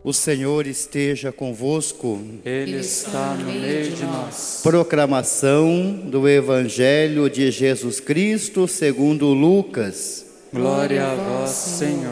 O Senhor esteja convosco. Ele está no meio de nós. Proclamação do Evangelho de Jesus Cristo segundo Lucas. Glória a vós, Senhor.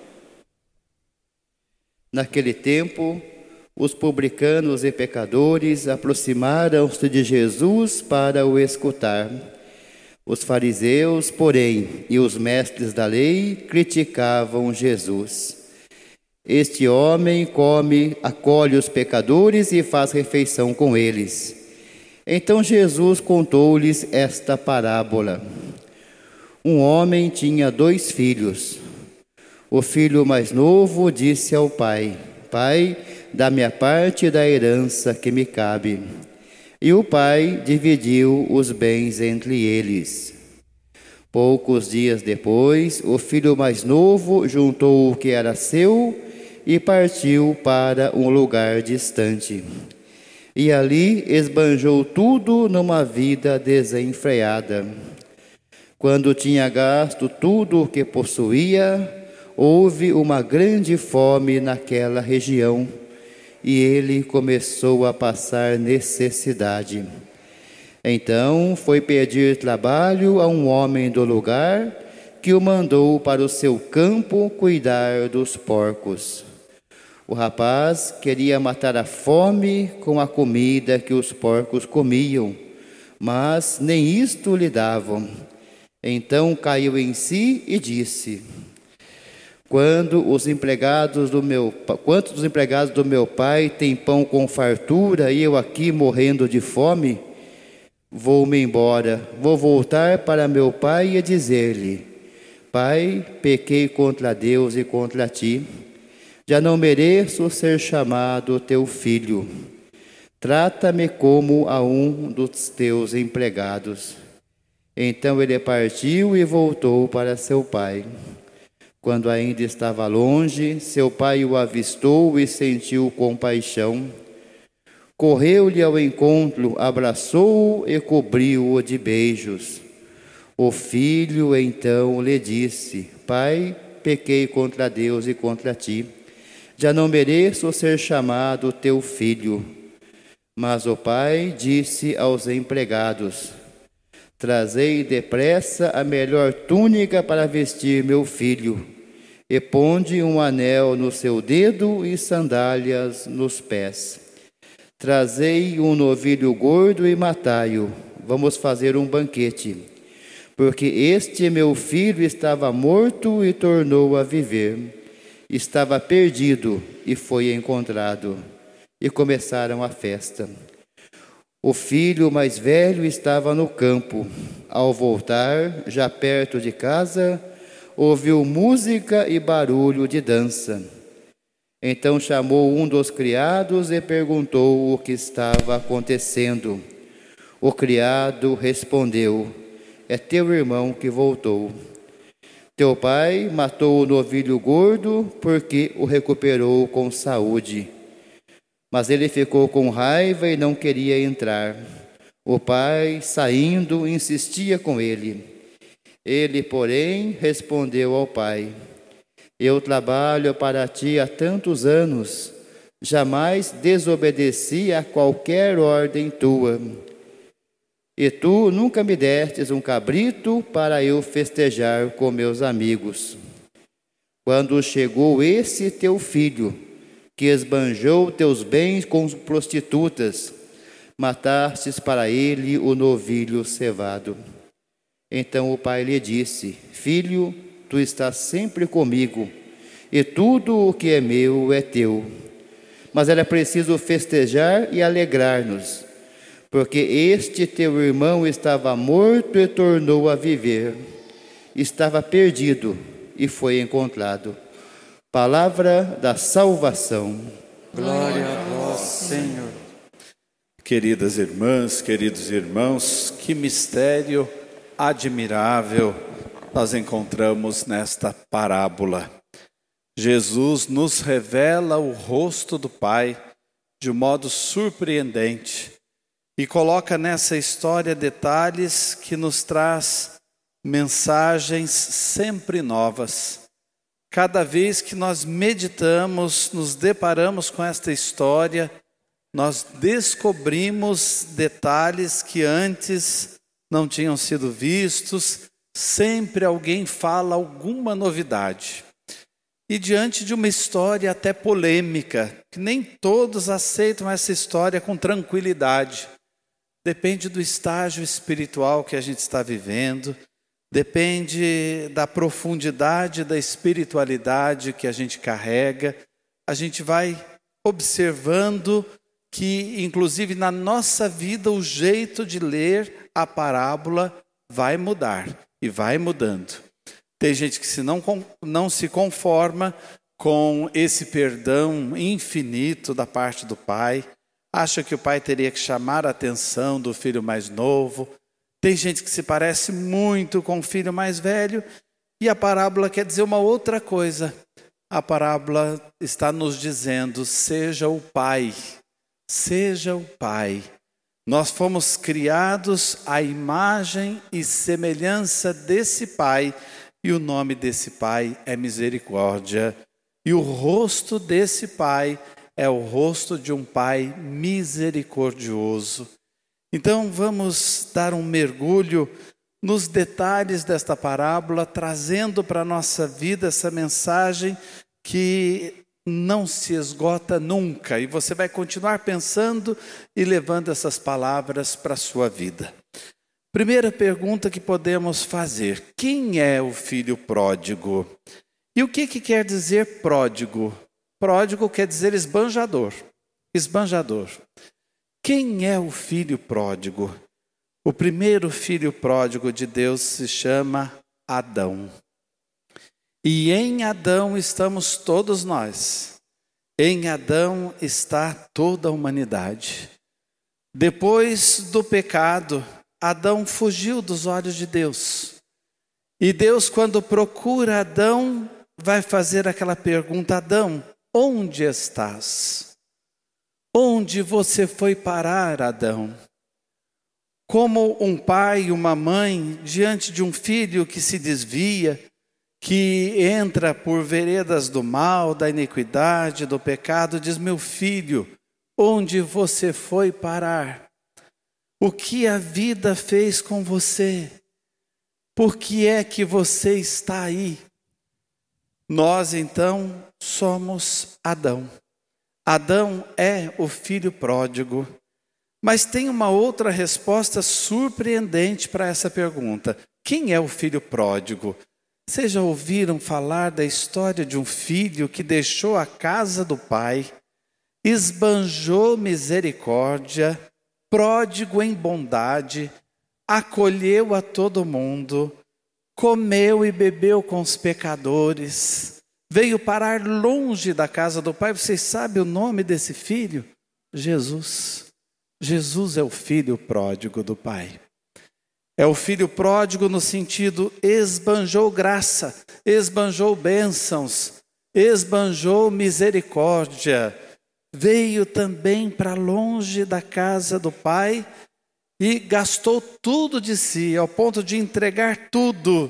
Naquele tempo, os publicanos e pecadores aproximaram-se de Jesus para o escutar. Os fariseus, porém, e os mestres da lei criticavam Jesus. Este homem acolhe os pecadores e faz refeição com eles. Então Jesus contou-lhes esta parábola. Um homem tinha 2 filhos. O filho mais novo disse ao pai: Pai, dá-me a parte da herança que me cabe. E o pai dividiu os bens entre eles. Poucos dias depois, o filho mais novo juntou o que era seu e partiu para um lugar distante. E ali esbanjou tudo numa vida desenfreada. Quando tinha gasto tudo o que possuía, houve uma grande fome naquela região, e ele começou a passar necessidade. Então foi pedir trabalho a um homem do lugar, que o mandou para o seu campo cuidar dos porcos. O rapaz queria matar a fome com a comida que os porcos comiam, mas nem isto lhe davam. Então caiu em si e disse: Quantos dos empregados do meu pai têm pão com fartura e eu aqui morrendo de fome? Vou-me embora, vou voltar para meu pai e dizer-lhe: Pai, pequei contra Deus e contra ti. Já não mereço ser chamado teu filho. Trata-me como a um dos teus empregados. Então ele partiu e voltou para seu pai. Quando ainda estava longe, seu pai o avistou e sentiu compaixão. Correu-lhe ao encontro, abraçou-o e cobriu-o de beijos. O filho então lhe disse: Pai, pequei contra Deus e contra ti. Já não mereço ser chamado teu filho. Mas o pai disse aos empregados: Trazei depressa a melhor túnica para vestir meu filho, e ponde um anel no seu dedo e sandálias nos pés. Trazei um novilho gordo e matai-o. Vamos fazer um banquete, porque este meu filho estava morto e tornou a viver. Estava perdido e foi encontrado. E começaram a festa. O filho mais velho estava no campo. Ao voltar, já perto de casa, ouviu música e barulho de dança. Então chamou um dos criados e perguntou o que estava acontecendo. O criado respondeu: É teu irmão que voltou. Teu pai matou o novilho gordo porque o recuperou com saúde. Mas ele ficou com raiva e não queria entrar. O pai, saindo, insistia com ele. Ele, porém, respondeu ao pai: Eu trabalho para ti há tantos anos, jamais desobedeci a qualquer ordem tua. E tu nunca me destes um cabrito para eu festejar com meus amigos. Quando chegou esse teu filho, que esbanjou teus bens com prostitutas, matastes para ele o novilho cevado. Então o pai lhe disse: Filho, tu estás sempre comigo, e tudo o que é meu é teu. Mas era preciso festejar e alegrar-nos, porque este teu irmão estava morto e tornou a viver. Estava perdido e foi encontrado. Palavra da salvação. Glória a vós, Senhor. Queridas irmãs, queridos irmãos, que mistério admirável nós encontramos nesta parábola. Jesus nos revela o rosto do Pai de um modo surpreendente e coloca nessa história detalhes que nos traz mensagens sempre novas. cada vez que nós meditamos, nos deparamos com esta história, nós descobrimos detalhes que antes não tinham sido vistos, sempre alguém fala alguma novidade. E diante de uma história até polêmica, que nem todos aceitam essa história com tranquilidade, depende do estágio espiritual que a gente está vivendo, depende da profundidade da espiritualidade que a gente carrega, a gente vai observando que, inclusive, na nossa vida, o jeito de ler a parábola vai mudar e vai mudando. Tem gente que não se conforma com esse perdão infinito da parte do pai, acha que o pai teria que chamar a atenção do filho mais novo. Tem gente que se parece muito com o filho mais velho, e a parábola quer dizer uma outra coisa. A parábola está nos dizendo: seja o pai. Seja o pai. Nós fomos criados à imagem e semelhança desse pai, e o nome desse pai é misericórdia. E o rosto desse pai é o rosto de um pai misericordioso. Então vamos dar um mergulho nos detalhes desta parábola, trazendo para a nossa vida essa mensagem que não se esgota nunca, e você vai continuar pensando e levando essas palavras para a sua vida. Primeira pergunta que podemos fazer: quem é o filho pródigo? E o que quer dizer pródigo? Pródigo quer dizer esbanjador. Esbanjador. Quem é o filho pródigo? O primeiro filho pródigo de Deus se chama Adão. E em Adão estamos todos nós. Em Adão está toda a humanidade. Depois do pecado, Adão fugiu dos olhos de Deus. E Deus, quando procura Adão, vai fazer aquela pergunta: Adão, onde estás? Onde você foi parar, Adão? Como um pai e uma mãe diante de um filho que se desvia, que entra por veredas do mal, da iniquidade, do pecado, diz: meu filho, onde você foi parar? O que a vida fez com você? Por que é que você está aí? Nós, então, somos Adão. Adão é o filho pródigo. Mas tem uma outra resposta surpreendente para essa pergunta: quem é o filho pródigo? Vocês já ouviram falar da história de um filho que deixou a casa do pai, esbanjou misericórdia, pródigo em bondade, acolheu a todo mundo, comeu e bebeu com os pecadores, veio parar longe da casa do pai? Vocês sabem o nome desse filho? Jesus. Jesus é o filho pródigo do pai. É o filho pródigo no sentido: esbanjou graça, esbanjou bênçãos, esbanjou misericórdia. Veio também para longe da casa do pai e gastou tudo de si, ao ponto de entregar tudo,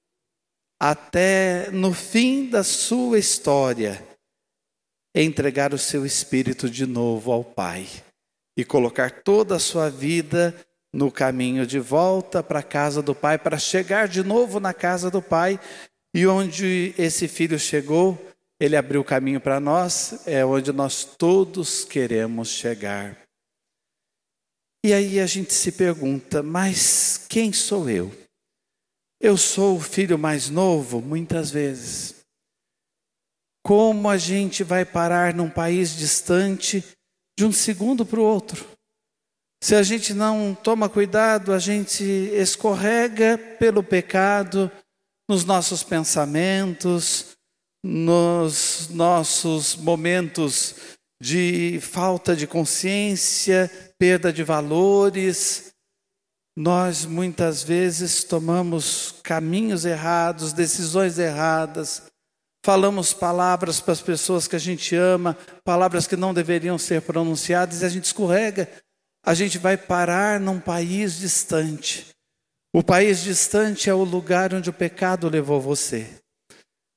até no fim da sua história, entregar o seu espírito de novo ao Pai e colocar toda a sua vida no caminho de volta para a casa do Pai, para chegar de novo na casa do Pai. E onde esse filho chegou, ele abriu o caminho para nós, é onde nós todos queremos chegar. E aí a gente se pergunta: mas quem sou eu? Eu sou o filho mais novo, muitas vezes. Como a gente vai parar num país distante de um segundo para o outro? Se a gente não toma cuidado, a gente escorrega pelo pecado nos nossos pensamentos, nos nossos momentos de falta de consciência, perda de valores. Nós muitas vezes tomamos caminhos errados, decisões erradas, falamos palavras para as pessoas que a gente ama, palavras que não deveriam ser pronunciadas, e a gente escorrega. A gente vai parar num país distante. O país distante é o lugar onde o pecado levou você.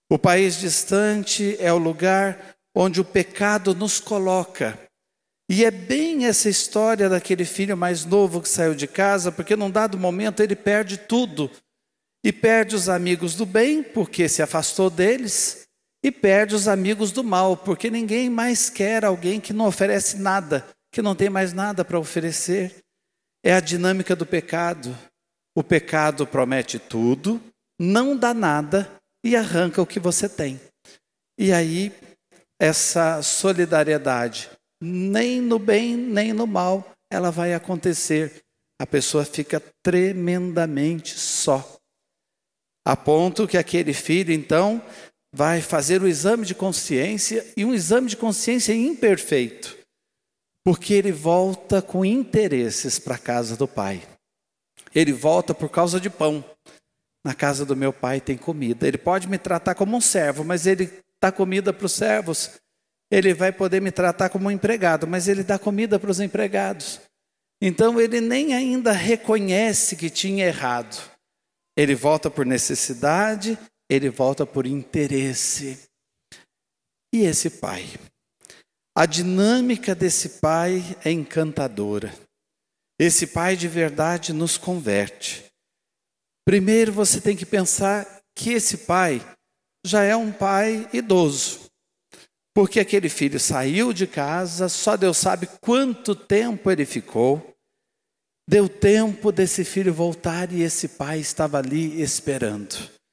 O país distante é o lugar onde o pecado nos coloca. E é bem essa história daquele filho mais novo que saiu de casa, porque num dado momento ele perde tudo. E perde os amigos do bem, porque se afastou deles, e perde os amigos do mal, porque ninguém mais quer alguém que não oferece nada, que não tem mais nada para oferecer. É a dinâmica do pecado. O pecado promete tudo, não dá nada e arranca o que você tem. E aí, essa solidariedade, nem no bem, nem no mal, ela vai acontecer. A pessoa fica tremendamente só. A ponto que aquele filho, então, vai fazer o exame de consciência, e um exame de consciência imperfeito, porque ele volta com interesses para a casa do pai. Ele volta por causa de pão. Na casa do meu pai tem comida. Ele pode me tratar como um servo, mas ele dá comida para os servos. Ele vai poder me tratar como um empregado, mas ele dá comida para os empregados. Então ele nem ainda reconhece que tinha errado. Ele volta por necessidade, ele volta por interesse. E esse pai? A dinâmica desse pai é encantadora. Esse pai de verdade nos converte. Primeiro você tem que pensar que esse pai já é um pai idoso. Porque aquele filho saiu de casa, só Deus sabe quanto tempo ele ficou. Deu tempo desse filho voltar e esse pai estava ali esperando.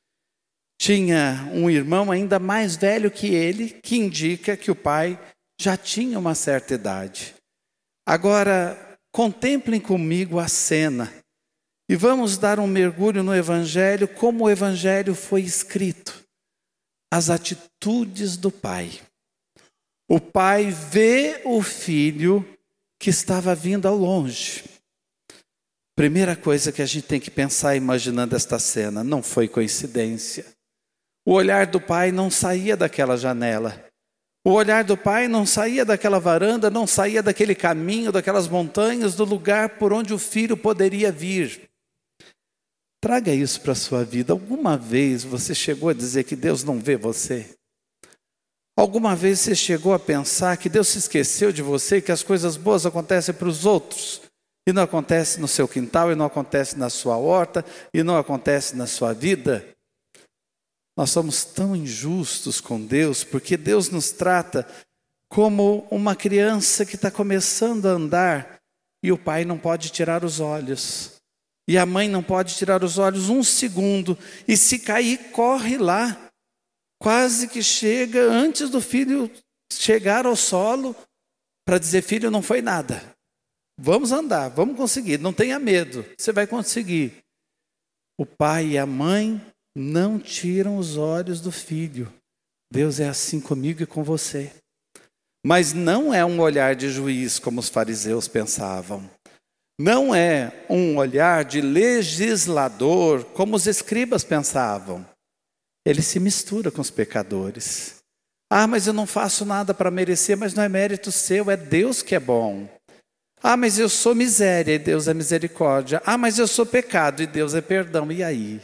Tinha um irmão ainda mais velho que ele, que indica que o pai já tinha uma certa idade. Agora, contemplem comigo a cena e vamos dar um mergulho no Evangelho, como o Evangelho foi escrito. As atitudes do pai. O pai vê o filho que estava vindo ao longe. Primeira coisa que a gente tem que pensar imaginando esta cena, não foi coincidência. O olhar do pai não saía daquela janela. O olhar do pai não saía daquela varanda, não saía daquele caminho, daquelas montanhas, do lugar por onde o filho poderia vir. Traga isso para a sua vida. Alguma vez você chegou a dizer que Deus não vê você? Alguma vez você chegou a pensar que Deus se esqueceu de você, que as coisas boas acontecem para os outros, e não acontece no seu quintal, e não acontece na sua horta, e não acontece na sua vida? Nós somos tão injustos com Deus, porque Deus nos trata como uma criança que está começando a andar e o pai não pode tirar os olhos. E a mãe não pode tirar os olhos um segundo. E se cair, corre lá. Quase que chega antes do filho chegar ao solo para dizer, filho, não foi nada. Vamos andar, vamos conseguir, não tenha medo, você vai conseguir. O pai e a mãe não tiram os olhos do filho. Deus é assim comigo e com você. Mas não é um olhar de juiz como os fariseus pensavam. Não é um olhar de legislador como os escribas pensavam. Ele se mistura com os pecadores. Ah, mas eu não faço nada para merecer, mas não é mérito seu, é Deus que é bom. Ah, mas eu sou miséria e Deus é misericórdia. Ah, mas eu sou pecado e Deus é perdão. E aí?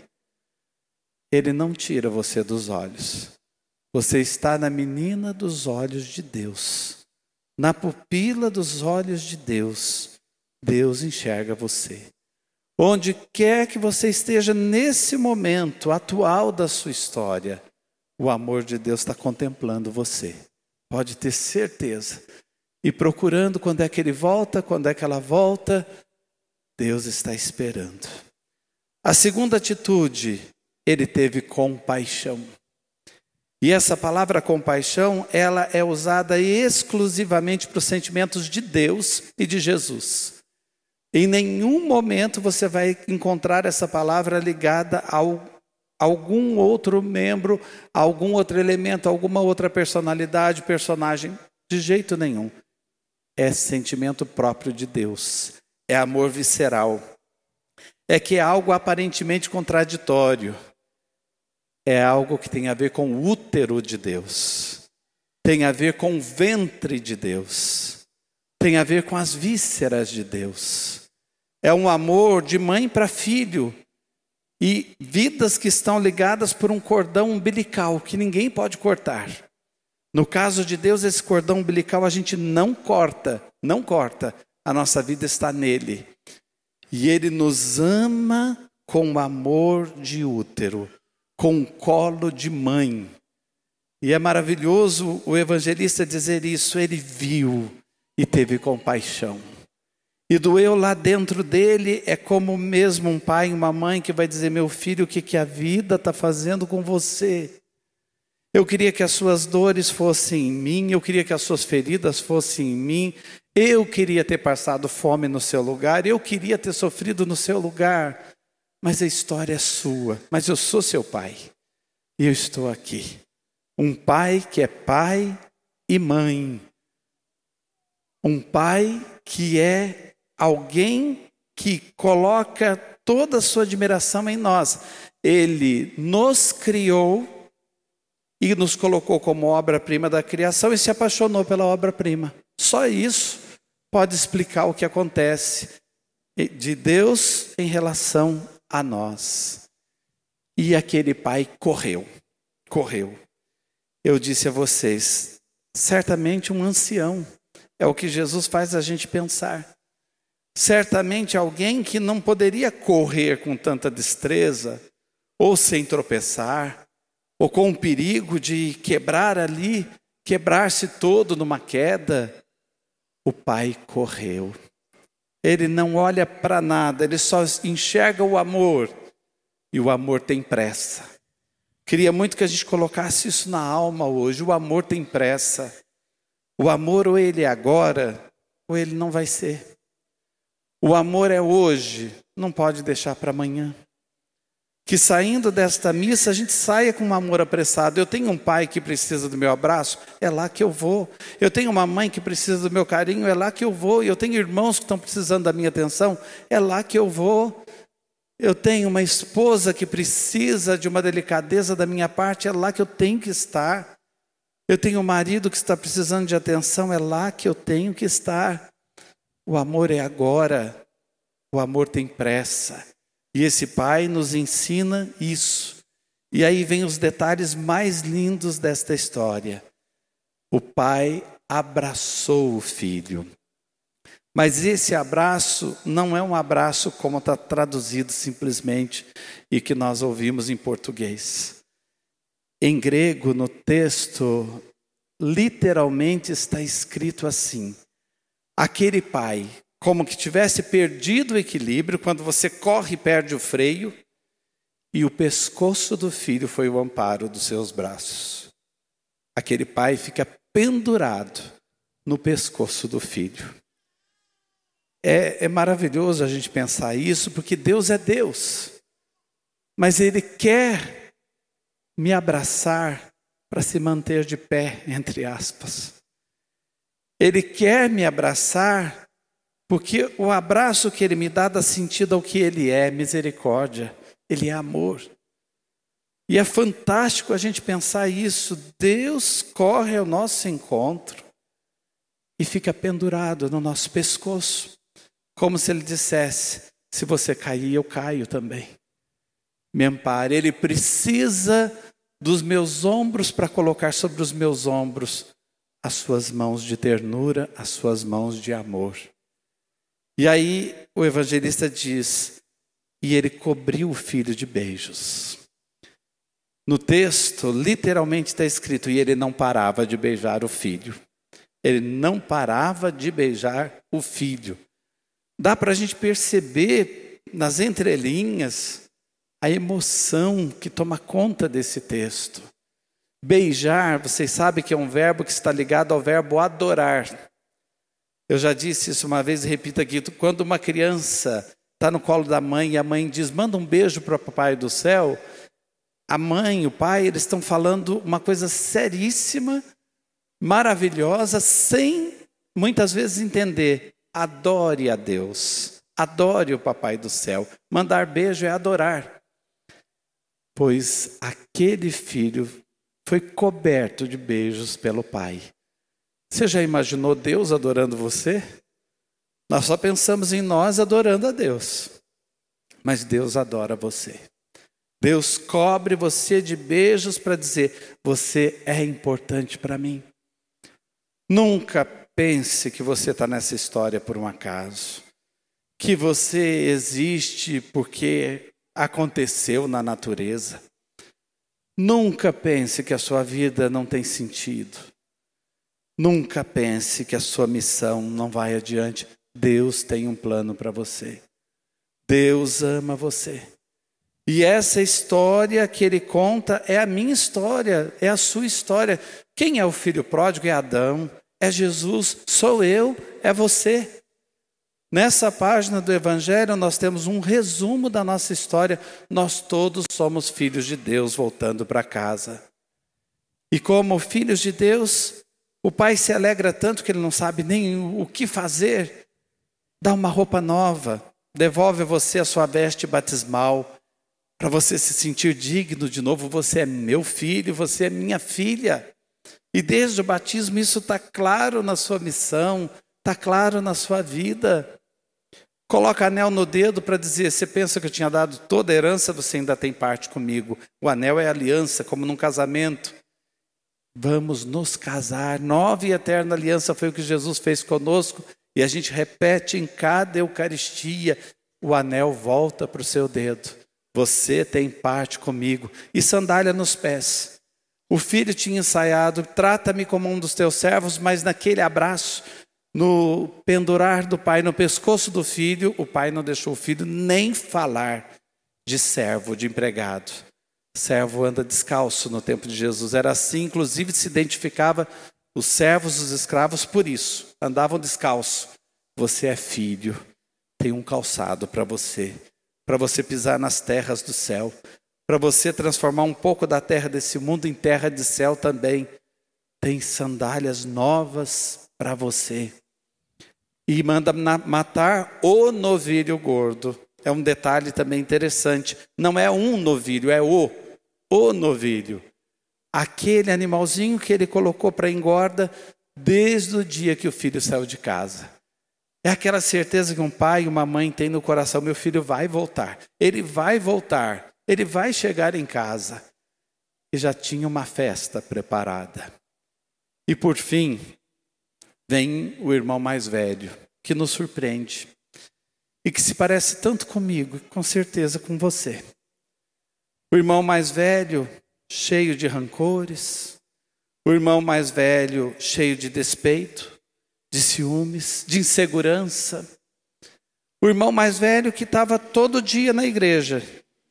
Ele não tira você dos olhos. Você está na menina dos olhos de Deus. Na pupila dos olhos de Deus. Deus enxerga você. Onde quer que você esteja nesse momento atual da sua história, o amor de Deus está contemplando você. Pode ter certeza. E procurando quando é que ele volta, quando é que ela volta, Deus está esperando. A segunda atitude, ele teve compaixão. E essa palavra compaixão, ela é usada exclusivamente para os sentimentos de Deus e de Jesus. Em nenhum momento você vai encontrar essa palavra ligada a algum outro membro, a algum outro elemento, a alguma outra personalidade, personagem, de jeito nenhum. É sentimento próprio de Deus, é amor visceral. É que é algo aparentemente contraditório. É algo que tem a ver com o útero de Deus. Tem a ver com o ventre de Deus. Tem a ver com as vísceras de Deus. É um amor de mãe para filho. e vidas que estão ligadas por um cordão umbilical que ninguém pode cortar. No caso de Deus, esse cordão umbilical a gente não corta, não corta. A nossa vida está nele. E Ele nos ama com amor de útero, com um colo de mãe. E é maravilhoso o evangelista dizer isso. Ele viu e teve compaixão. E doeu lá dentro dele, é como mesmo um pai e uma mãe que vai dizer: meu filho, o que a vida está fazendo com você? Eu queria que as suas dores fossem em mim, eu queria que as suas feridas fossem em mim, eu queria ter passado fome no seu lugar, eu queria ter sofrido no seu lugar, mas a história é sua, mas eu sou seu pai, e eu estou aqui. Um pai que é pai e mãe, um pai que é alguém que coloca toda a sua admiração em nós. Ele nos criou e nos colocou como obra-prima da criação e se apaixonou pela obra-prima. Só isso pode explicar o que acontece de Deus em relação a nós. E aquele pai correu. Eu disse a vocês, certamente um ancião. É o que Jesus faz a gente pensar. Certamente alguém que não poderia correr com tanta destreza, ou sem tropeçar, ou com o perigo de quebrar ali, quebrar-se todo numa queda. O pai correu. Ele não olha para nada, ele só enxerga o amor. E o amor tem pressa. Queria muito que a gente colocasse isso na alma hoje. O amor tem pressa. O amor ou ele é agora, ou ele não vai ser. O amor é hoje, não pode deixar para amanhã. Que saindo desta missa a gente saia com um amor apressado. Eu tenho um pai que precisa do meu abraço, é lá que eu vou. Eu tenho uma mãe que precisa do meu carinho, é lá que eu vou. Eu tenho irmãos que estão precisando da minha atenção, é lá que eu vou. Eu tenho uma esposa que precisa de uma delicadeza da minha parte, é lá que eu tenho que estar. Eu tenho um marido que está precisando de atenção, é lá que eu tenho que estar. O amor é agora, o amor tem pressa. E esse pai nos ensina isso. E aí vem os detalhes mais lindos desta história. O pai abraçou o filho. Mas esse abraço não é um abraço como está traduzido simplesmente e que nós ouvimos em português. Em grego, no texto, literalmente está escrito assim: aquele pai, como que tivesse perdido o equilíbrio, quando você corre e perde o freio, e o pescoço do filho foi o amparo dos seus braços. Aquele pai fica pendurado no pescoço do filho. É maravilhoso a gente pensar isso, porque Deus é Deus. Mas Ele quer me abraçar para se manter de pé, entre aspas. Ele quer me abraçar porque o abraço que Ele me dá sentido ao que Ele é, misericórdia. Ele é amor. E é fantástico a gente pensar isso. Deus corre ao nosso encontro e fica pendurado no nosso pescoço. Como se Ele dissesse: se você cair, eu caio também. Me ampare. Ele precisa dos meus ombros para colocar sobre os meus ombros as suas mãos de ternura, as suas mãos de amor. E aí o evangelista diz: e ele cobriu o filho de beijos. No texto, literalmente está escrito: e ele não parava de beijar o filho. Ele não parava de beijar o filho. Dá para a gente perceber nas entrelinhas a emoção que toma conta desse texto. Beijar, vocês sabem que é um verbo que está ligado ao verbo adorar. Eu já disse isso uma vez e repito aqui: quando uma criança está no colo da mãe e a mãe diz: manda um beijo para o papai do céu, a mãe e o pai, eles estão falando uma coisa seríssima, maravilhosa, sem muitas vezes entender. Adore a Deus, adore o papai do céu. Mandar beijo é adorar. Pois aquele filho foi coberto de beijos pelo pai. Você já imaginou Deus adorando você? Nós só pensamos em nós adorando a Deus. Mas Deus adora você. Deus cobre você de beijos para dizer: você é importante para mim. Nunca pense que você está nessa história por um acaso, que você existe porque aconteceu na natureza. Nunca pense que a sua vida não tem sentido. Nunca pense que a sua missão não vai adiante. Deus tem um plano para você. Deus ama você. E essa história que ele conta é a minha história, é a sua história. Quem é o filho pródigo? É Adão, é Jesus, sou eu, é você. Nessa página do Evangelho nós temos um resumo da nossa história. Nós todos somos filhos de Deus voltando para casa. E como filhos de Deus, o pai se alegra tanto que ele não sabe nem o que fazer. Dá uma roupa nova, devolve a você a sua veste batismal, para você se sentir digno de novo. Você é meu filho, você é minha filha. E desde o batismo isso está claro na sua missão, está claro na sua vida. Coloca anel no dedo para dizer: você pensa que eu tinha dado toda a herança, você ainda tem parte comigo. O anel é aliança, como num casamento. Vamos nos casar. Nova e eterna aliança foi o que Jesus fez conosco. E a gente repete em cada Eucaristia. O anel volta para o seu dedo. Você tem parte comigo. E sandália nos pés. O filho tinha ensaiado: trata-me como um dos teus servos, mas naquele abraço, no pendurar do pai no pescoço do filho, o pai não deixou o filho nem falar de servo, de empregado. Servo anda descalço no tempo de Jesus. Era assim, inclusive se identificava os servos, os escravos por isso. Andavam descalço. Você é filho, tem um calçado para você pisar nas terras do céu, para você transformar um pouco da terra desse mundo em terra de céu também. Tem sandálias novas para você. E manda matar o novilho gordo. É um detalhe também interessante. Não é um novilho, é o novilho. Aquele animalzinho que ele colocou para engorda desde o dia que o filho saiu de casa. É aquela certeza que um pai e uma mãe têm no coração: meu filho vai voltar. Ele vai voltar. Ele vai chegar em casa. E já tinha uma festa preparada. E por fim, vem o irmão mais velho, que nos surpreende. E que se parece tanto comigo, com certeza com você. O irmão mais velho, cheio de rancores. O irmão mais velho, cheio de despeito, de ciúmes, de insegurança. O irmão mais velho que estava todo dia na igreja,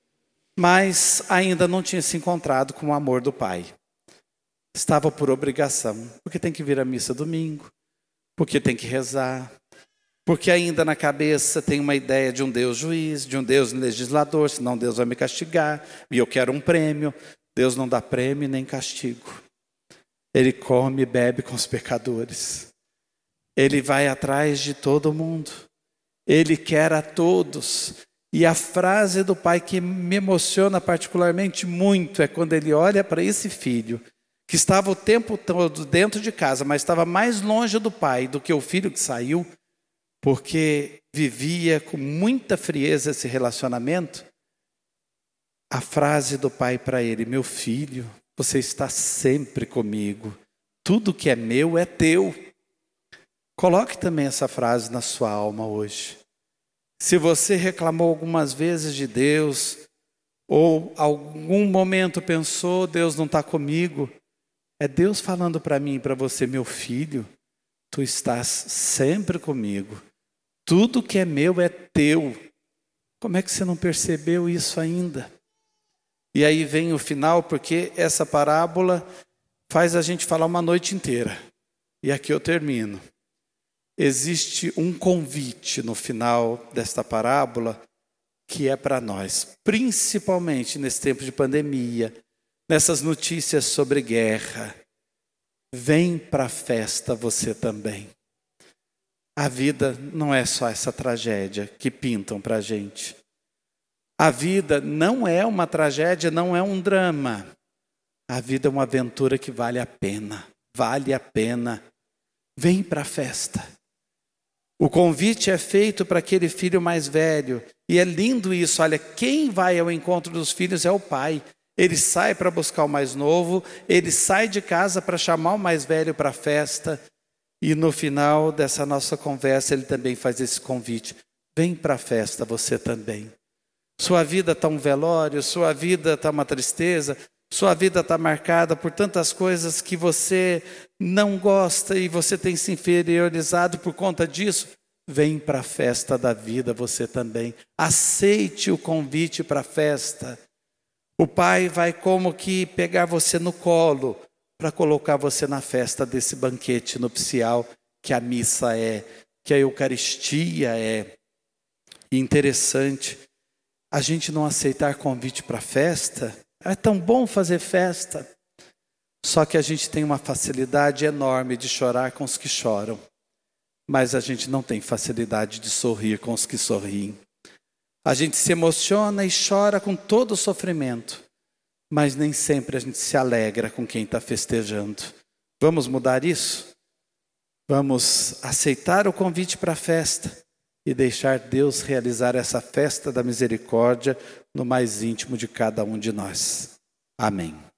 mas ainda não tinha se encontrado com o amor do pai. Estava por obrigação, porque tem que vir à missa domingo, porque tem que rezar, porque ainda na cabeça tem uma ideia de um Deus juiz, de um Deus legislador, senão Deus vai me castigar, e eu quero um prêmio. Deus não dá prêmio nem castigo. Ele come e bebe com os pecadores. Ele vai atrás de todo mundo. Ele quer a todos. E a frase do pai que me emociona particularmente muito é quando ele olha para esse filho, que estava o tempo todo dentro de casa, mas estava mais longe do pai do que o filho que saiu, porque vivia com muita frieza esse relacionamento. A frase do pai para ele: meu filho, você está sempre comigo. Tudo que é meu é teu. Coloque também essa frase na sua alma hoje. Se você reclamou algumas vezes de Deus, ou algum momento pensou: Deus não está comigo, é Deus falando para mim e para você: meu filho, tu estás sempre comigo. Tudo que é meu é teu. Como é que você não percebeu isso ainda? E aí vem o final, porque essa parábola faz a gente falar uma noite inteira. E aqui eu termino. Existe um convite no final desta parábola que é para nós, principalmente nesse tempo de pandemia, nessas notícias sobre guerra. Vem para a festa você também. A vida não é só essa tragédia que pintam para a gente. A vida não é uma tragédia, não é um drama. A vida é uma aventura que vale a pena. Vale a pena. Vem para a festa. O convite é feito para aquele filho mais velho. E é lindo isso. Olha, quem vai ao encontro dos filhos é o pai. Ele sai para buscar o mais novo, ele sai de casa para chamar o mais velho para a festa. E no final dessa nossa conversa, ele também faz esse convite. Vem para a festa você também. Sua vida está um velório, sua vida está uma tristeza, sua vida está marcada por tantas coisas que você não gosta e você tem se inferiorizado por conta disso. Vem para a festa da vida você também. Aceite o convite para a festa. O pai vai como que pegar você no colo para colocar você na festa desse banquete nupcial que a missa é, que a Eucaristia é. E interessante, a gente não aceitar convite para festa, é tão bom fazer festa, só que a gente tem uma facilidade enorme de chorar com os que choram, mas a gente não tem facilidade de sorrir com os que sorriem. A gente se emociona e chora com todo o sofrimento, mas nem sempre a gente se alegra com quem está festejando. Vamos mudar isso? Vamos aceitar o convite para a festa e deixar Deus realizar essa festa da misericórdia no mais íntimo de cada um de nós. Amém.